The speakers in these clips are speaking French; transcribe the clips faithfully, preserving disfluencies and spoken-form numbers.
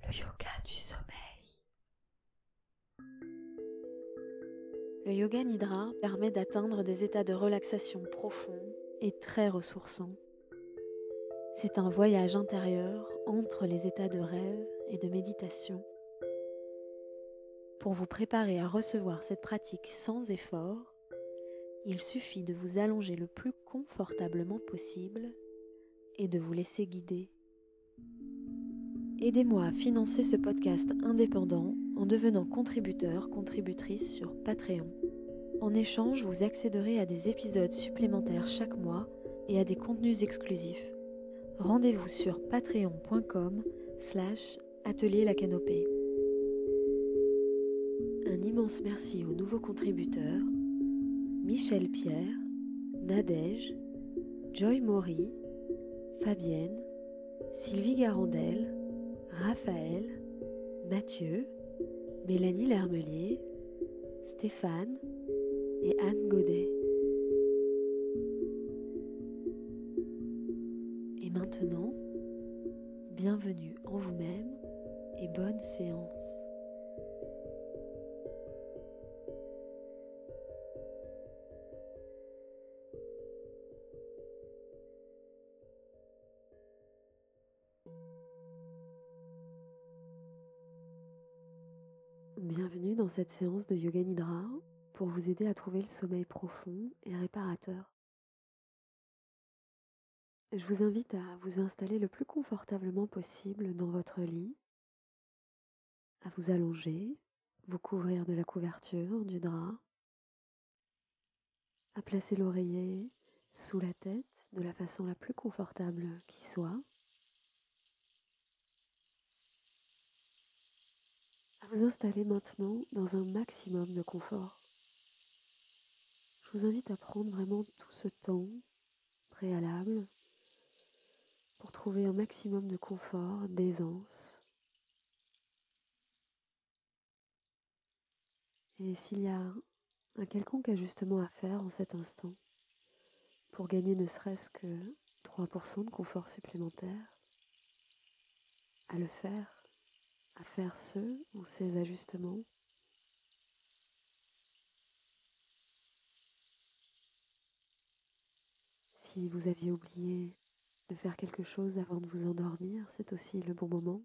Le yoga du sommeil. Le yoga nidra permet d'atteindre des états de relaxation profonds et très ressourçants. C'est un voyage intérieur entre les états de rêve et de méditation. Pour vous préparer à recevoir cette pratique sans effort, il suffit de vous allonger le plus confortablement possible et de vous laisser guider. Aidez-moi à financer ce podcast indépendant en devenant contributeur, contributrice sur Patreon. En échange, vous accéderez à des épisodes supplémentaires chaque mois et à des contenus exclusifs. Rendez-vous sur patreon.com slash atelier la canopée. Un immense merci aux nouveaux contributeurs Michel Pierre, Nadège, Joy Maury, Fabienne, Sylvie Garandel, Raphaël, Mathieu, Mélanie Lermelier, Stéphane et Anne Godet. Et maintenant, bienvenue en vous-même et bonne séance. Bienvenue dans cette séance de Yoga Nidra pour vous aider à trouver le sommeil profond et réparateur. Je vous invite à vous installer le plus confortablement possible dans votre lit, à vous allonger, vous couvrir de la couverture, du drap, à placer l'oreiller sous la tête de la façon la plus confortable qui soit, à vous installer maintenant dans un maximum de confort. Je vous invite à prendre vraiment tout ce temps préalable pour trouver un maximum de confort, d'aisance. Et s'il y a un quelconque ajustement à faire en cet instant, pour gagner ne serait-ce que trois pour cent de confort supplémentaire, à le faire, à faire ce ou ces ajustements. Si vous aviez oublié de faire quelque chose avant de vous endormir, c'est aussi le bon moment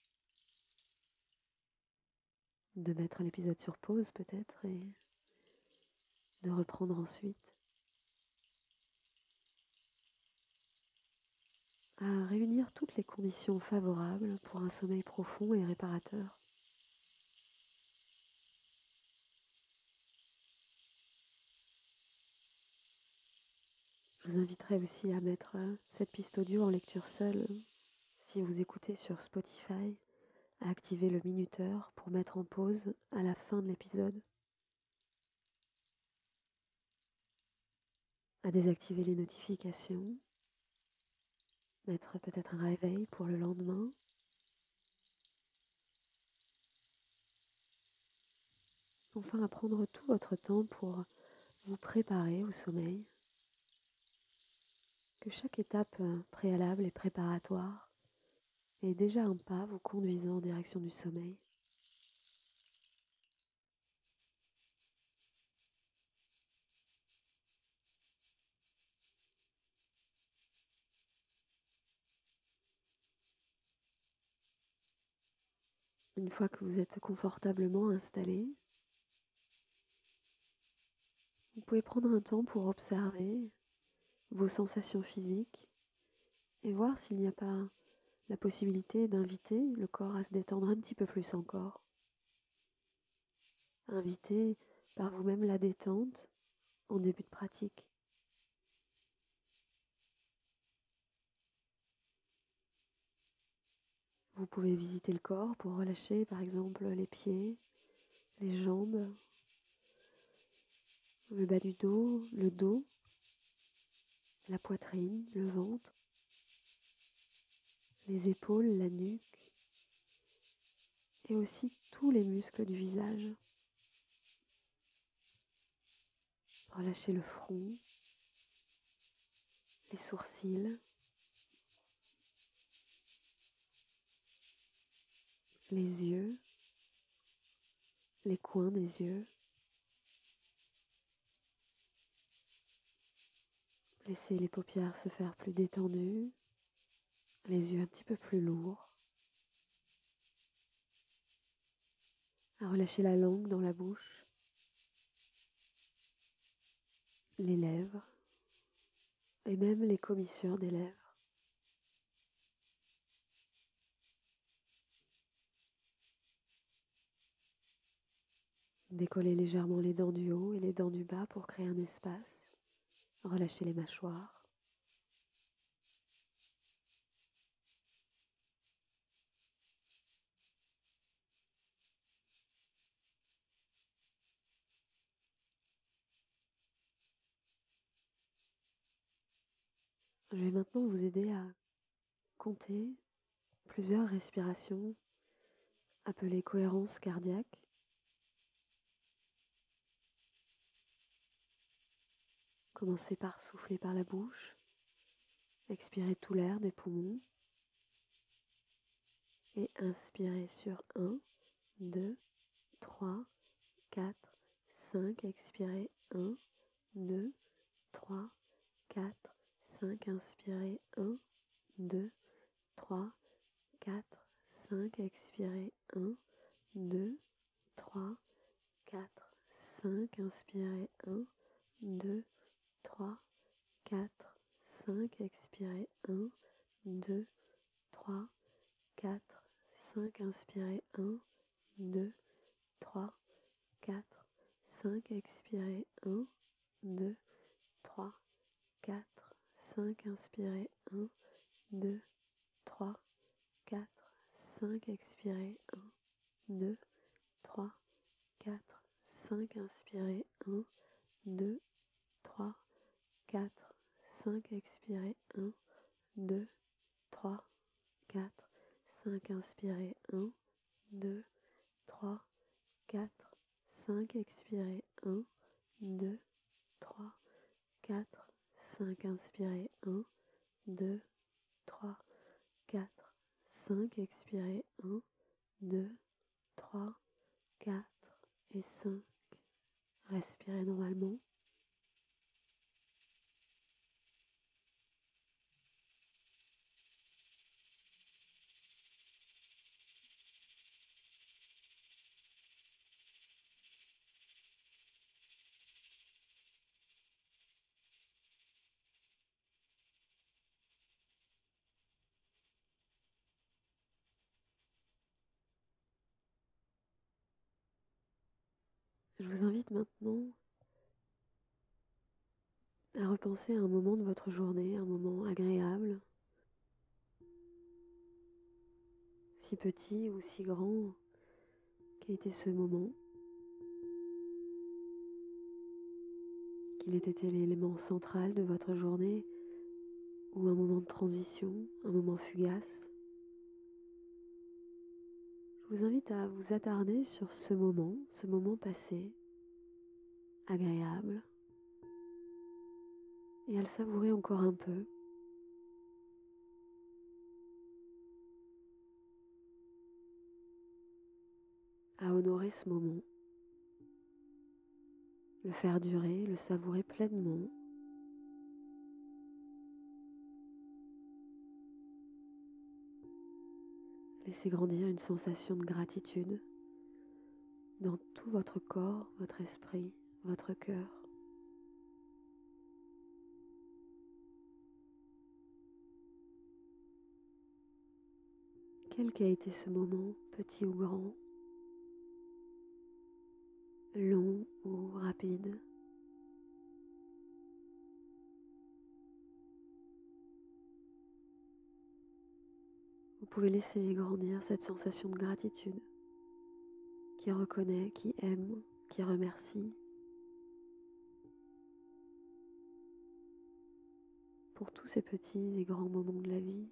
de mettre l'épisode sur pause peut-être et de reprendre ensuite. À réunir toutes les conditions favorables pour un sommeil profond et réparateur. Je vous inviterai aussi à mettre cette piste audio en lecture seule si vous écoutez sur Spotify, à activer le minuteur pour mettre en pause à la fin de l'épisode, à désactiver les notifications, mettre peut-être un réveil pour le lendemain. Enfin, à prendre tout votre temps pour vous préparer au sommeil. Que chaque étape préalable et préparatoire est déjà un pas vous conduisant en direction du sommeil. Une fois que vous êtes confortablement installé, vous pouvez prendre un temps pour observer vos sensations physiques et voir s'il n'y a pas la possibilité d'inviter le corps à se détendre un petit peu plus encore. Inviter par vous-même la détente en début de pratique. Vous pouvez visiter le corps pour relâcher par exemple les pieds, les jambes, le bas du dos, le dos, la poitrine, le ventre, les épaules, la nuque et aussi tous les muscles du visage. Relâchez le front, les sourcils, les yeux, les coins des yeux. Laissez les paupières se faire plus détendues, les yeux un petit peu plus lourds. Relâchez la langue dans la bouche, les lèvres et même les commissures des lèvres. Décollez légèrement les dents du haut et les dents du bas pour créer un espace. Relâchez les mâchoires. Je vais maintenant vous aider à compter plusieurs respirations appelées cohérence cardiaque. Commencez par souffler par la bouche, expirez tout l'air des poumons et inspirez sur un, deux, trois, quatre, cinq, expirez un, deux, trois, quatre, cinq, inspirez un, deux, trois, quatre, cinq, expirez un, deux, trois, quatre, cinq, inspirez un, deux, trois, quatre, cinq, expirez un, deux, trois, quatre, cinq, inspirez un, deux, trois, quatre, cinq, expirez un, deux, trois, quatre, cinq, inspirez un, deux, trois, quatre, cinq, expirez un, deux, trois, quatre, cinq, inspirez un, deux, trois, quatre, cinq, expirez un, deux, trois, quatre, cinq, inspirez un, deux, trois, quatre, cinq, expirez un, deux, trois, quatre, cinq, inspirez un, deux, trois, quatre, cinq, expirez un, deux, trois, quatre et cinq. Respirez normalement. Je vous invite maintenant à repenser à un moment de votre journée, un moment agréable, si petit ou si grand qu'a été ce moment, qu'il ait été l'élément central de votre journée ou un moment de transition, un moment fugace. Je vous invite à vous attarder sur ce moment, ce moment passé, agréable, et à le savourer encore un peu. À honorer ce moment, le faire durer, le savourer pleinement. Laissez grandir une sensation de gratitude dans tout votre corps, votre esprit, votre cœur. Quel qu'a été ce moment, petit ou grand, long ou rapide. Vous pouvez laisser grandir cette sensation de gratitude qui reconnaît, qui aime, qui remercie pour tous ces petits et grands moments de la vie.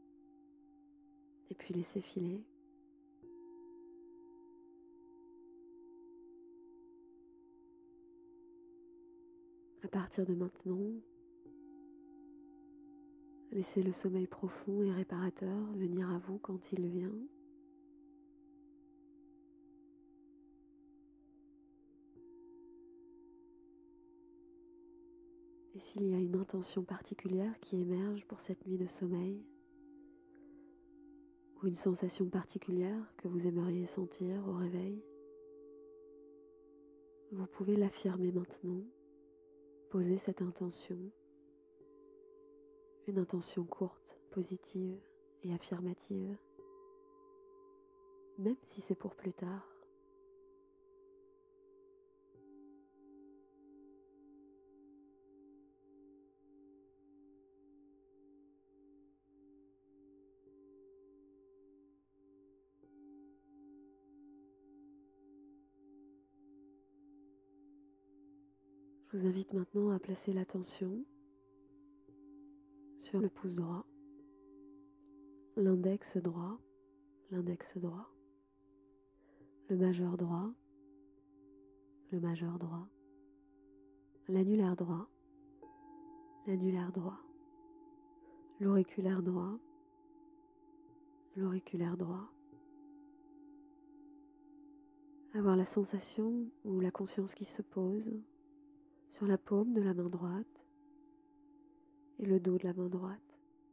Et puis laissez filer. À partir de maintenant, laissez le sommeil profond et réparateur venir à vous quand il vient. Et s'il y a une intention particulière qui émerge pour cette nuit de sommeil, ou une sensation particulière que vous aimeriez sentir au réveil, vous pouvez l'affirmer maintenant, poser cette intention, une intention courte, positive et affirmative, même si c'est pour plus tard. Je vous invite maintenant à placer l'attention sur le pouce droit, l'index droit, l'index droit, le majeur droit, le majeur droit, l'annulaire droit, l'annulaire droit, l'auriculaire droit, l'auriculaire droit. Avoir la sensation ou la conscience qui se pose sur la paume de la main droite et le dos de la main droite.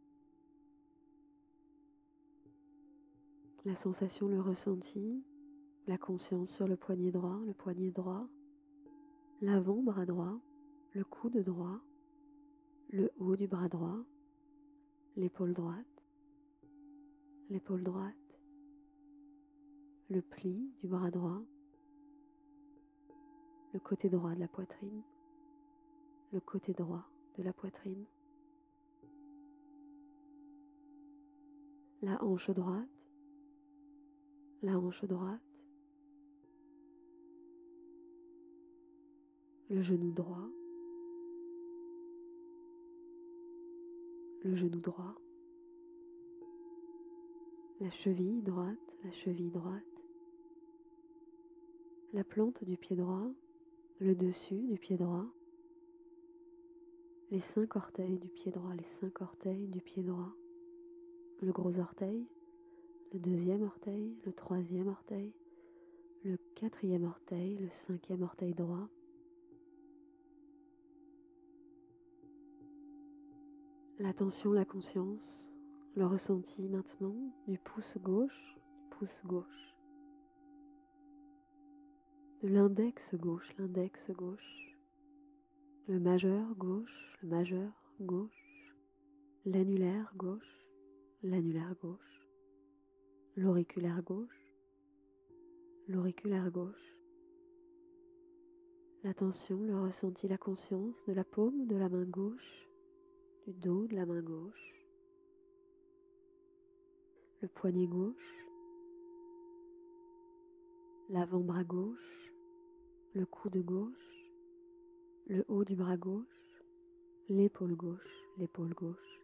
La sensation, le ressenti, la conscience sur le poignet droit, le poignet droit, l'avant-bras droit, le coude droit, le haut du bras droit, l'épaule droite, l'épaule droite, le pli du bras droit, le côté droit de la poitrine, le côté droit de la poitrine, la hanche droite, la hanche droite, le genou droit, le genou droit, la cheville droite, la cheville droite, la plante du pied droit, le dessus du pied droit, les cinq orteils du pied droit, les cinq orteils du pied droit, le gros orteil, le deuxième orteil, le troisième orteil, le quatrième orteil, le cinquième orteil droit, l'attention, la conscience, le ressenti maintenant du pouce gauche, du pouce gauche, de l'index gauche, l'index gauche, le majeur gauche, le majeur gauche, l'annulaire gauche, l'annulaire gauche, l'auriculaire gauche, l'auriculaire gauche. L'attention, le ressenti, la conscience de la paume de la main gauche, du dos de la main gauche, le poignet gauche, l'avant-bras gauche, le coude gauche, le haut du bras gauche, l'épaule gauche, l'épaule gauche,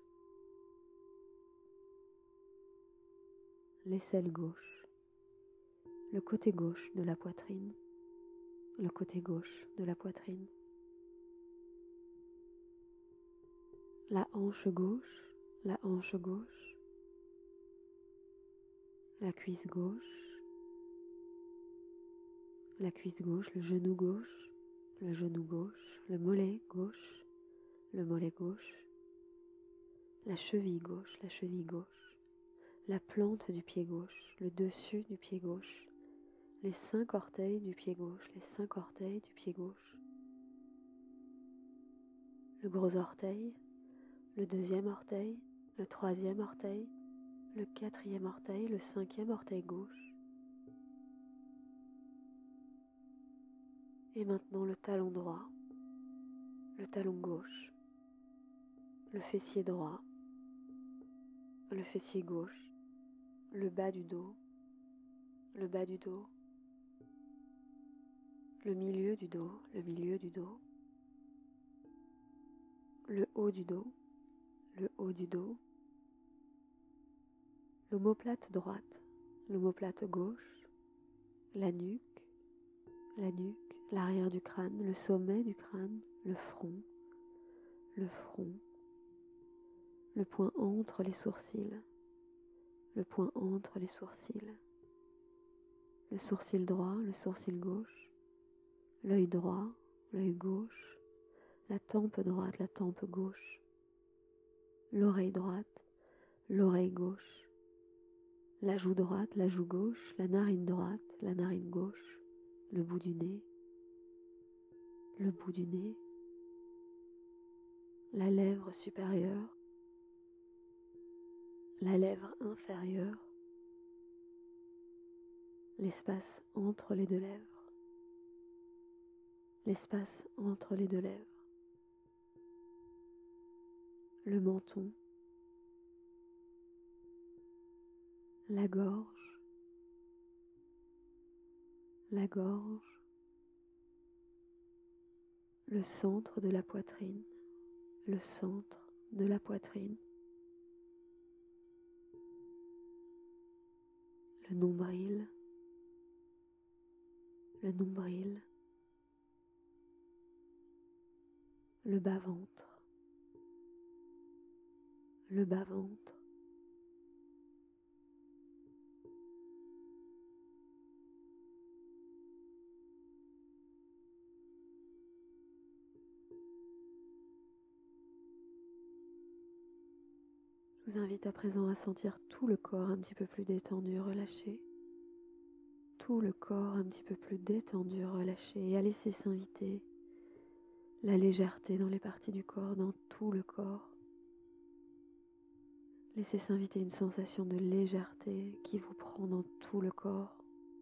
l'aisselle gauche, le côté gauche de la poitrine, le côté gauche de la poitrine, la hanche gauche, la hanche gauche, la cuisse gauche, la cuisse gauche, le genou gauche, le genou gauche, le mollet gauche, le mollet gauche, la cheville gauche, la cheville gauche, la plante du pied gauche, le dessus du pied gauche, les cinq orteils du pied gauche, les cinq orteils du pied gauche, le gros orteil, le deuxième orteil, le troisième orteil, le quatrième orteil, le cinquième orteil gauche. Et maintenant le talon droit, le talon gauche, le fessier droit, le fessier gauche, le bas du dos, le bas du dos, le milieu du dos, le milieu du dos, le haut du dos, le haut du dos, l'omoplate droite, l'omoplate gauche, la nuque, la nuque, l'arrière du crâne, le sommet du crâne, le front, le front, le point entre les sourcils, le point entre les sourcils, le sourcil droit, le sourcil gauche, l'œil droit, l'œil gauche, la tempe droite, la tempe gauche, l'oreille droite, l'oreille gauche, la joue droite, la joue gauche, la narine droite, la narine gauche, le bout du nez, le bout du nez, la lèvre supérieure, la lèvre inférieure, l'espace entre les deux lèvres, l'espace entre les deux lèvres, le menton, la gorge, la gorge, le centre de la poitrine, le centre de la poitrine, le nombril, le nombril, le bas-ventre, le bas-ventre, je vous invite à présent à sentir tout le corps un petit peu plus détendu, relâché. Tout le corps un petit peu plus détendu, relâché, et à laisser s'inviter la légèreté dans les parties du corps, dans tout le corps. Laissez s'inviter une sensation de légèreté qui vous prend dans tout le corps.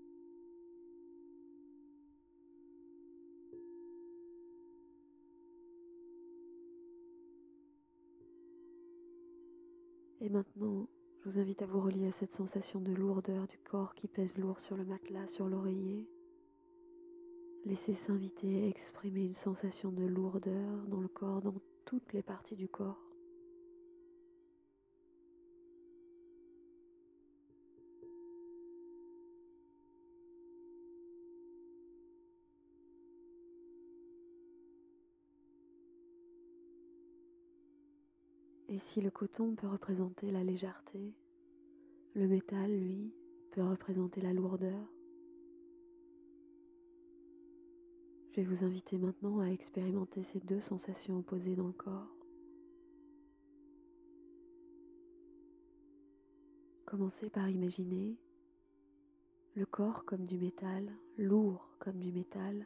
Et maintenant, je vous invite à vous relier à cette sensation de lourdeur du corps qui pèse lourd sur le matelas, sur l'oreiller. Laissez s'inviter à exprimer une sensation de lourdeur dans le corps, dans toutes les parties du corps. Et si le coton peut représenter la légèreté, le métal, lui, peut représenter la lourdeur. Je vais vous inviter maintenant à expérimenter ces deux sensations opposées dans le corps. Commencez par imaginer le corps comme du métal, lourd comme du métal.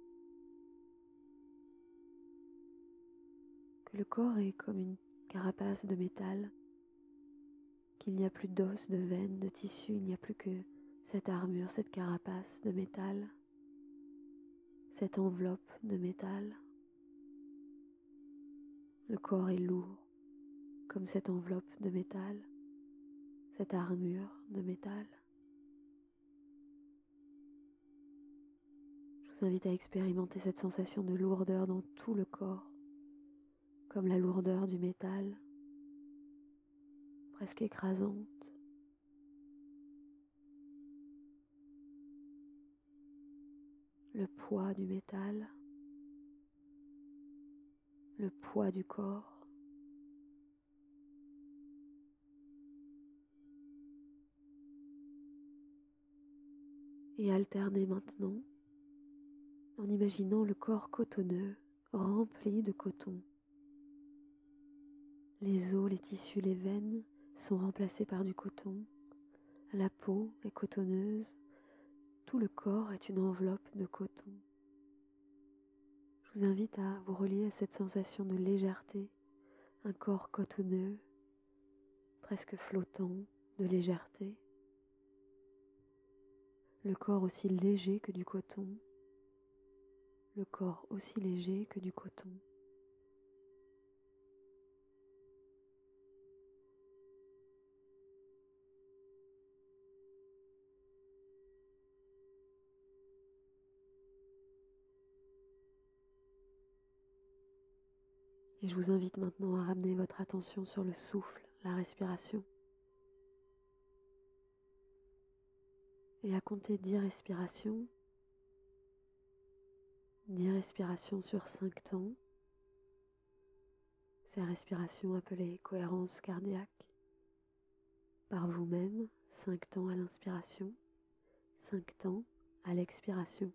Que le corps est comme une carapace de métal, qu'il n'y a plus d'os, de veines, de tissus, il n'y a plus que cette armure, cette carapace de métal, cette enveloppe de métal. Le corps est lourd, comme cette enveloppe de métal, cette armure de métal. Je vous invite à expérimenter cette sensation de lourdeur dans tout le corps, comme la lourdeur du métal, presque écrasante. Le poids du métal, le poids du corps. Et alternez maintenant en imaginant le corps cotonneux, rempli de coton. Les os, les tissus, les veines sont remplacés par du coton. La peau est cotonneuse. Tout le corps est une enveloppe de coton. Je vous invite à vous relier à cette sensation de légèreté, un corps cotonneux, presque flottant de légèreté. Le corps aussi léger que du coton. Le corps aussi léger que du coton. Et je vous invite maintenant à ramener votre attention sur le souffle, la respiration. Et à compter dix respirations, dix respirations sur cinq temps. Ces respirations appelées cohérence cardiaque. Par vous-même, cinq temps à l'inspiration, cinq temps à l'expiration.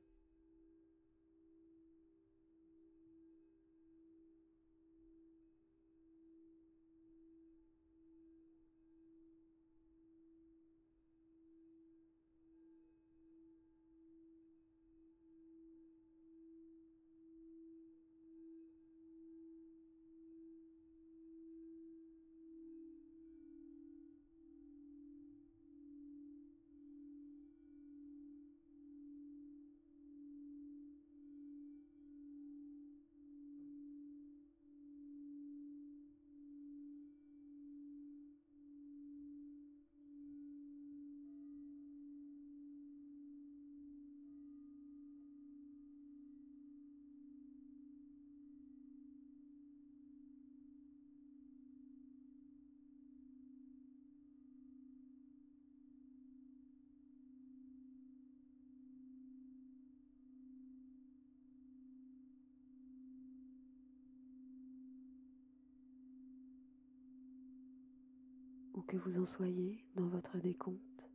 Où que vous en soyez dans votre décompte,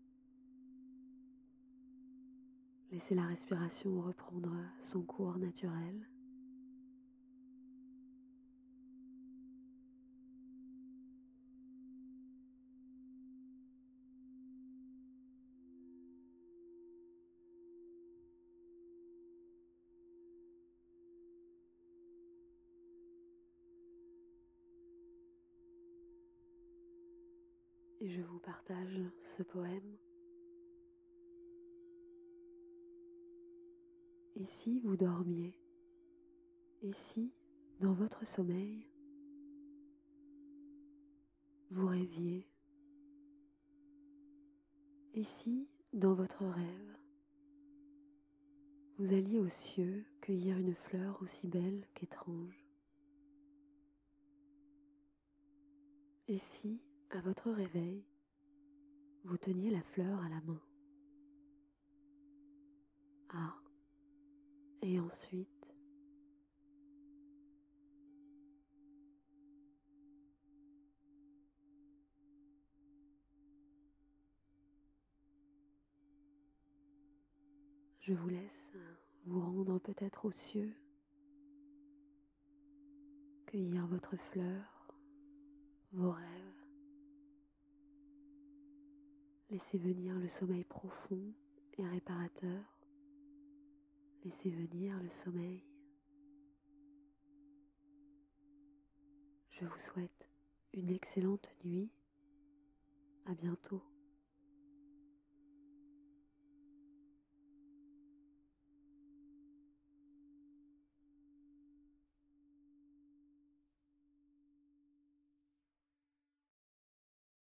laissez la respiration reprendre son cours naturel. Et je vous partage ce poème. Et si vous dormiez? Et si, dans votre sommeil, vous rêviez? Et si, dans votre rêve, vous alliez aux cieux cueillir une fleur aussi belle qu'étrange? Et si, à votre réveil, vous teniez la fleur à la main? Ah, et ensuite, je vous laisse vous rendre peut-être aux cieux, cueillir votre fleur, vos rêves. Laissez venir le sommeil profond et réparateur. Laissez venir le sommeil. Je vous souhaite une excellente nuit. À bientôt.